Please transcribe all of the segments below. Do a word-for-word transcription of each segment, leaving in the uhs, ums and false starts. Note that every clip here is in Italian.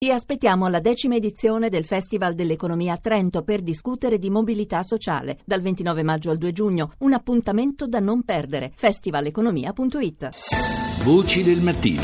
Vi aspettiamo alla decima edizione del Festival dell'Economia a Trento per discutere di mobilità sociale. Dal ventinove maggio al due giugno, un appuntamento da non perdere. festivaleconomia punto it. Voci del mattino.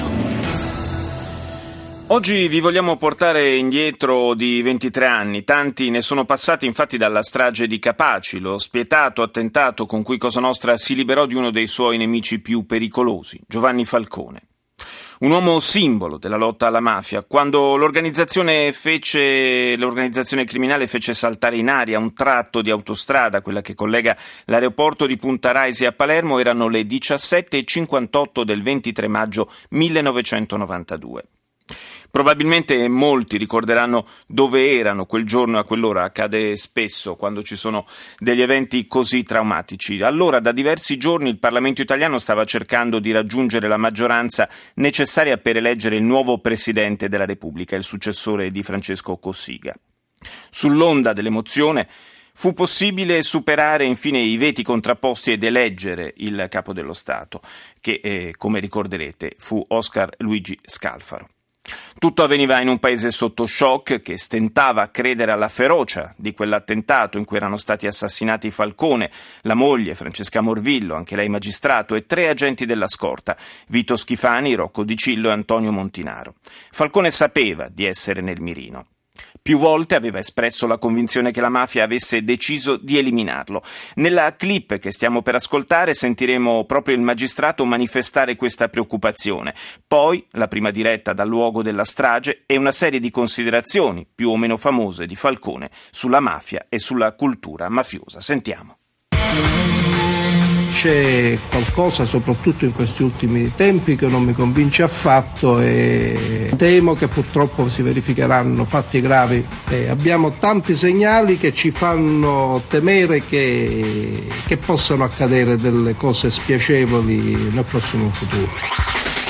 Oggi vi vogliamo portare indietro di ventitré anni. Tanti ne sono passati infatti dalla strage di Capaci, lo spietato attentato con cui Cosa Nostra si liberò di uno dei suoi nemici più pericolosi, Giovanni Falcone. Un uomo simbolo della lotta alla mafia. Quando l'organizzazione fece l'organizzazione criminale fece saltare in aria un tratto di autostrada, quella che collega l'aeroporto di Punta Raisi a Palermo, erano le diciassette e cinquantotto del ventitré maggio millenovecentonovantadue. Probabilmente molti ricorderanno dove erano quel giorno e a quell'ora. Accade spesso quando ci sono degli eventi così traumatici. Allora, da diversi giorni il Parlamento italiano stava cercando di raggiungere la maggioranza necessaria per eleggere il nuovo Presidente della Repubblica, il successore di Francesco Cossiga. Sull'onda dell'emozione fu possibile superare infine i veti contrapposti ed eleggere il capo dello Stato, che, eh, come ricorderete, fu Oscar Luigi Scalfaro. Tutto avveniva in un paese sotto shock che stentava a credere alla ferocia di quell'attentato in cui erano stati assassinati Falcone, la moglie Francesca Morvillo, anche lei magistrato, e tre agenti della scorta, Vito Schifani, Rocco Dicillo e Antonio Montinaro. Falcone sapeva di essere nel mirino. Più volte aveva espresso la convinzione che la mafia avesse deciso di eliminarlo. Nella clip che stiamo per ascoltare sentiremo proprio il magistrato manifestare questa preoccupazione. Poi la prima diretta dal luogo della strage e una serie di considerazioni più o meno famose di Falcone sulla mafia e sulla cultura mafiosa. Sentiamo. C'è qualcosa, soprattutto in questi ultimi tempi, che non mi convince affatto e temo che purtroppo si verificheranno fatti gravi. E abbiamo tanti segnali che ci fanno temere che, che possano accadere delle cose spiacevoli nel prossimo futuro.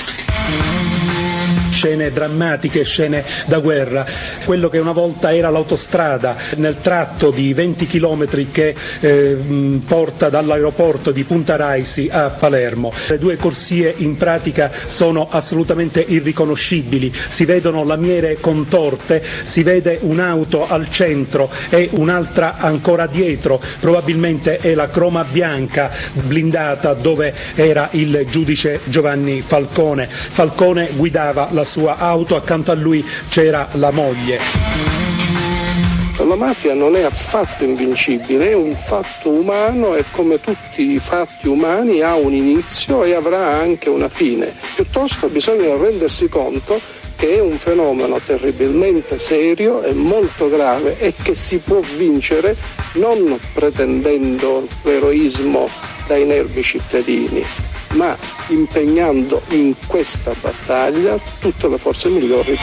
Scene drammatiche, scene da guerra. Quello che una volta era l'autostrada nel tratto di venti chilometri che eh, porta dall'aeroporto di Punta Raisi a Palermo. Le due corsie in pratica sono assolutamente irriconoscibili, si vedono lamiere contorte, si vede un'auto al centro e un'altra ancora dietro, probabilmente è la croma bianca blindata dove era il giudice Giovanni Falcone. Falcone guidava la sua auto, accanto a lui c'era la moglie. La mafia non è affatto invincibile, è un fatto umano e come tutti i fatti umani ha un inizio e avrà anche una fine. Piuttosto bisogna rendersi conto che è un fenomeno terribilmente serio e molto grave e che si può vincere non pretendendo l'eroismo dai nervi cittadini, ma impegnando in questa battaglia tutte le forze migliori.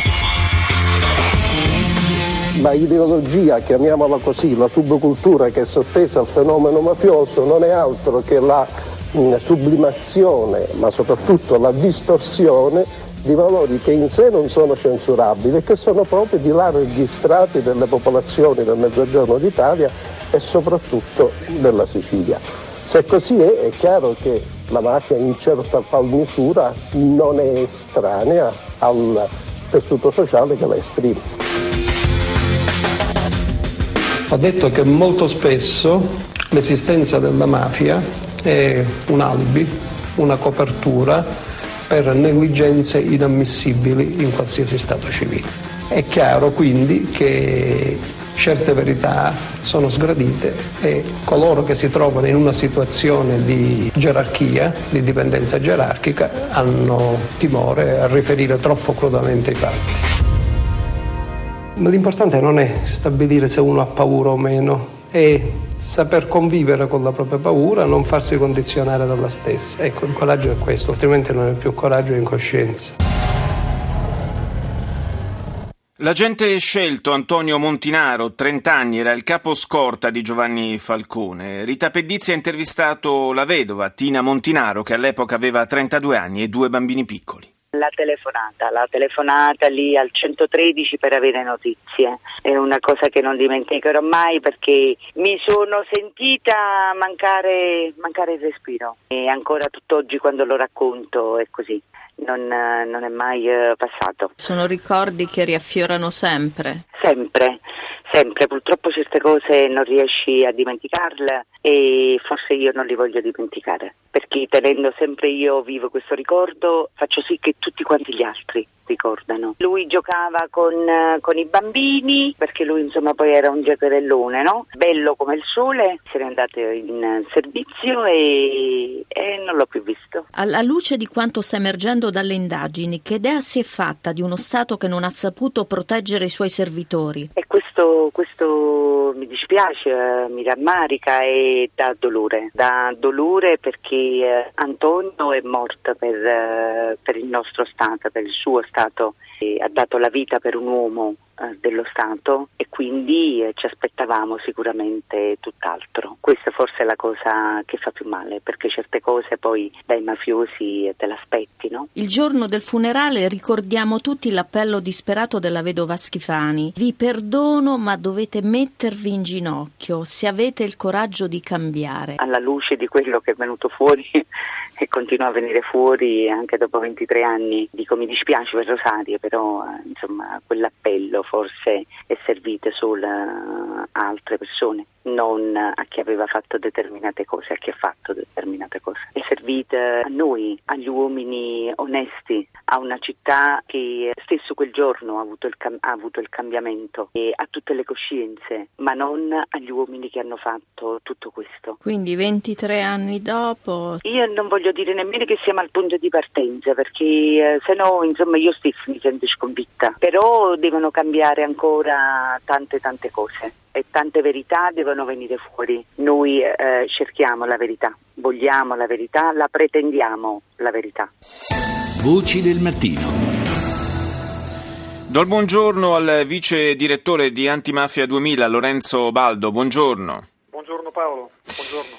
La ideologia, chiamiamola così, la subcultura che è sottesa al fenomeno mafioso non è altro che la mh, sublimazione, ma soprattutto la distorsione di valori che in sé non sono censurabili e che sono proprio di larghi strati delle popolazioni del Mezzogiorno d'Italia e soprattutto della Sicilia. Se così è, è chiaro che la mafia in certa qual misura non è estranea al tessuto sociale che la esprime. Ho detto che molto spesso l'esistenza della mafia è un alibi, una copertura per negligenze inammissibili in qualsiasi stato civile. È chiaro quindi che certe verità sono sgradite e coloro che si trovano in una situazione di gerarchia, di dipendenza gerarchica, hanno timore a riferire troppo crudamente i fatti. Ma l'importante non è stabilire se uno ha paura o meno, è saper convivere con la propria paura, non farsi condizionare dalla stessa. Ecco, il coraggio è questo, altrimenti non è più coraggio, è incoscienza. L'agente scelto Antonio Montinaro, trenta anni, era il capo scorta di Giovanni Falcone. Rita Pedizzi ha intervistato la vedova, Tina Montinaro, che all'epoca aveva trentadue anni e due bambini piccoli. La telefonata, la telefonata lì al centotredici per avere notizie, è una cosa che non dimenticherò mai perché mi sono sentita mancare, mancare il respiro e ancora tutt'oggi quando lo racconto è così. non, non è mai eh, passato. Sono ricordi che riaffiorano sempre? Sempre, sempre. Purtroppo certe cose non riesci a dimenticarle e forse io non li voglio dimenticare, perché tenendo sempre io vivo questo ricordo faccio sì che tutti quanti gli altri ricordano. Lui giocava con, con i bambini, perché lui insomma poi era un giocherellone, no? Bello come il sole, se n'è andato in servizio e, e non l'ho più visto. Alla luce di quanto sta emergendo dalle indagini, che idea si è fatta di uno Stato che non ha saputo proteggere i suoi servitori? E questo, questo mi dispiace, mi rammarica e dà dolore. Dà dolore perché eh, Antonio è morto per, eh, per il nostro Stato, per il suo Stato, e ha dato la vita per un uomo eh, dello Stato e quindi eh, ci aspettavamo sicuramente tutt'altro. Questa forse è la cosa che fa più male, perché certe cose poi dai mafiosi te l'aspetti, no? Il giorno del funerale ricordiamo tutti l'appello disperato della vedova Schifani: vi perdono ma dovete mettervi in ginocchio se avete il coraggio di cambiare. Alla luce di quello che è venuto fuori e continua a venire fuori anche dopo ventitré anni, dico mi dispiace per Rosaria, però eh, insomma quell'appello forse è servito solo a altre persone, non a chi aveva fatto determinate cose, a chi ha fatto determinate cose. È servito a noi, agli uomini onesti, a una città che stesso quel giorno ha avuto il, cam- ha avuto il cambiamento, e a tutte le coscienze, ma non agli uomini che hanno fatto tutto questo. Quindi ventitré anni dopo... Io non voglio dire nemmeno che siamo al punto di partenza, perché eh, se no insomma io stessa mi sento sconfitta, però devono cambiare ancora tante tante cose e tante verità devono venire fuori. Noi eh, cerchiamo la verità, vogliamo la verità, la pretendiamo la verità. Voci del mattino. Do il buongiorno al vice direttore di Antimafia duemila, Lorenzo Baldo. Buongiorno. Buongiorno Paolo, buongiorno.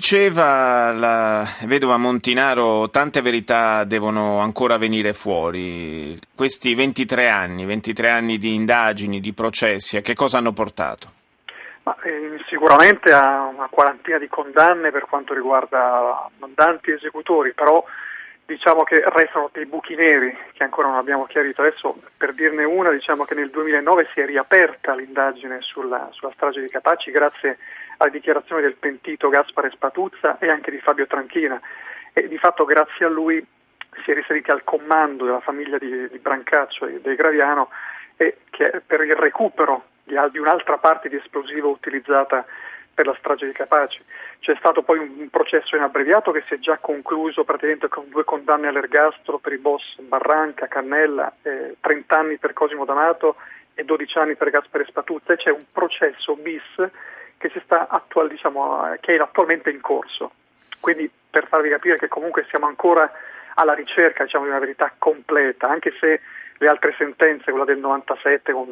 Diceva la vedova Montinaro, tante verità devono ancora venire fuori. Questi ventitré anni, ventitré anni di indagini, di processi, a che cosa hanno portato? Ma, eh, sicuramente a una quarantina di condanne per quanto riguarda mandanti e esecutori, però diciamo che restano dei buchi neri che ancora non abbiamo chiarito. Adesso, per dirne una, diciamo che nel duemilanove si è riaperta l'indagine sulla, sulla strage di Capaci grazie alle dichiarazioni del pentito Gaspare Spatuzza e anche di Fabio Tranchina, e di fatto grazie a lui si è risaliti al comando della famiglia di, di Brancaccio e del Graviano, e che per il recupero di, di un'altra parte di esplosivo utilizzata per la strage di Capaci. C'è stato poi un, un processo in abbreviato che si è già concluso praticamente con due condanne all'ergastolo per i boss Barranca, Cannella, eh, trenta anni per Cosimo D'Amato e dodici anni per Gaspare Spatuzza, e c'è un processo bis che si sta attual, diciamo, che è attualmente in corso. Quindi, per farvi capire che comunque siamo ancora alla ricerca, diciamo, di una verità completa, anche se le altre sentenze, quella del novantasette con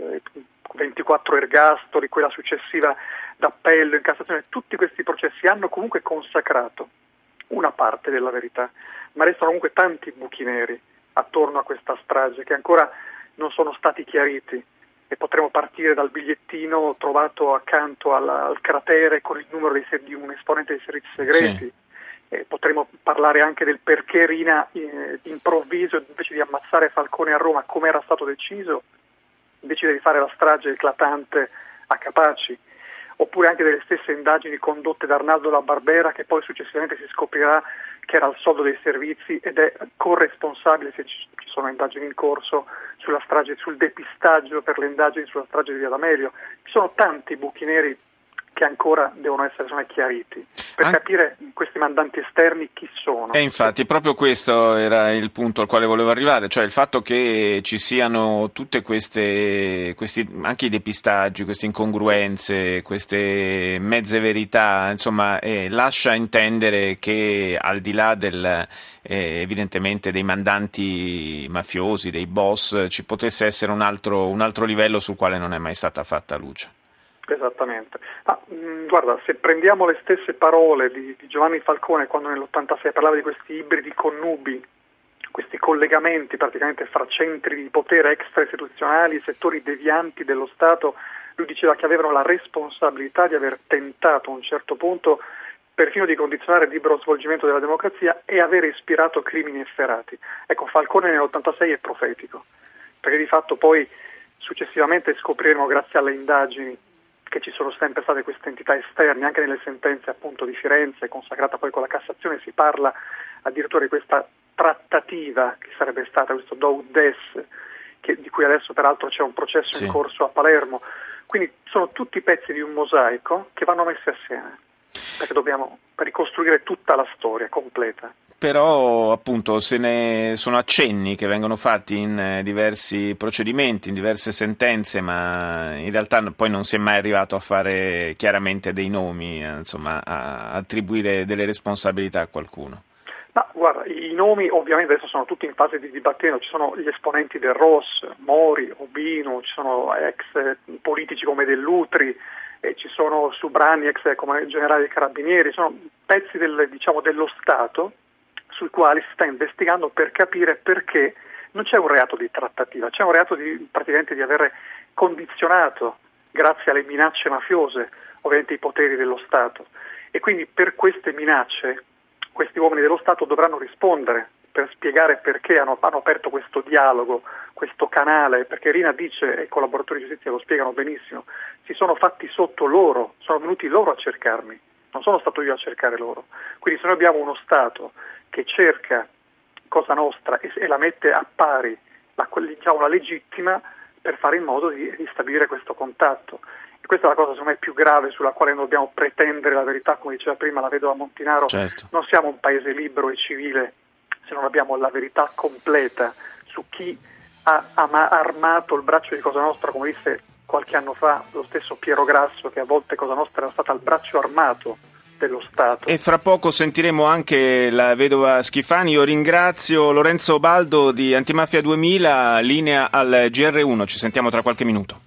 ventiquattro ergastoli, quella successiva d'appello in Cassazione, tutti questi processi hanno comunque consacrato una parte della verità, ma restano comunque tanti buchi neri attorno a questa strage che ancora non sono stati chiariti, e potremo partire dal bigliettino trovato accanto alla, al cratere con il numero dei, di un esponente dei servizi segreti. Sì. E potremo parlare anche del perché Rina eh, improvviso, invece di ammazzare Falcone a Roma come era stato deciso, decide di fare la strage eclatante a Capaci, oppure anche delle stesse indagini condotte da Arnaldo La Barbera, che poi successivamente si scoprirà che era al soldo dei servizi ed è corresponsabile, se ci sono indagini in corso, sulla strage, sul depistaggio per le indagini sulla strage di Via D'Amelio. Ci sono tanti buchi neri che ancora devono essere insomma, chiariti per An- capire questi mandanti esterni chi sono. E infatti proprio questo era il punto al quale volevo arrivare, cioè il fatto che ci siano tutte queste, questi anche i depistaggi, queste incongruenze, queste mezze verità, insomma, eh, lascia intendere che al di là del eh, evidentemente dei mandanti mafiosi, dei boss, ci potesse essere un altro, un altro livello sul quale non è mai stata fatta luce. Esattamente. Ah, mh, guarda, se prendiamo le stesse parole di, di Giovanni Falcone quando nell'ottantasei parlava di questi ibridi connubi, questi collegamenti praticamente fra centri di potere extra-istituzionali, settori devianti dello Stato, lui diceva che avevano la responsabilità di aver tentato a un certo punto perfino di condizionare il libero svolgimento della democrazia e avere ispirato crimini efferati. Ecco, Falcone nell'ottantasei è profetico, perché di fatto poi successivamente scopriremo, grazie alle indagini, che ci sono sempre state queste entità esterne, anche nelle sentenze appunto di Firenze, consacrata poi con la Cassazione, si parla addirittura di questa trattativa che sarebbe stata, questo do ut des, che, di cui adesso peraltro c'è un processo sì. in corso a Palermo. Quindi sono tutti pezzi di un mosaico che vanno messi assieme, perché dobbiamo ricostruire tutta la storia completa. Però appunto se ne sono accenni che vengono fatti in diversi procedimenti, in diverse sentenze, ma in realtà poi non si è mai arrivato a fare chiaramente dei nomi, insomma a attribuire delle responsabilità a qualcuno. Ma guarda, i nomi ovviamente adesso sono tutti in fase di dibattimento, ci sono gli esponenti del R O S, Mori, Obinu, ci sono ex politici come Dell'Utri, e ci sono Subranni, ex come generale dei Carabinieri, sono pezzi del, diciamo, dello Stato sui quali si sta investigando per capire perché non c'è un reato di trattativa, c'è un reato di praticamente di aver condizionato, grazie alle minacce mafiose, ovviamente i poteri dello Stato. E quindi per queste minacce questi uomini dello Stato dovranno rispondere per spiegare perché hanno, hanno aperto questo dialogo, questo canale, perché Rina dice, e i collaboratori di giustizia lo spiegano benissimo, si sono fatti sotto loro, sono venuti loro a cercarmi, non sono stato io a cercare loro. Quindi se noi abbiamo uno Stato che cerca Cosa Nostra e, e la mette a pari, la, diciamo, la legittima, per fare in modo di, di stabilire questo contatto. E questa è la cosa secondo me più grave, sulla quale non dobbiamo pretendere la verità, come diceva prima la vedova Montinaro. Certo. Non siamo un paese libero e civile se non abbiamo la verità completa su chi ha, ha armato il braccio di Cosa Nostra, come disse qualche anno fa lo stesso Piero Grasso, che a volte Cosa Nostra era stata il braccio armato dello Stato. E fra poco sentiremo anche la vedova Schifani. Io ringrazio Lorenzo Baldo di Antimafia duemila, linea al G R uno, ci sentiamo tra qualche minuto.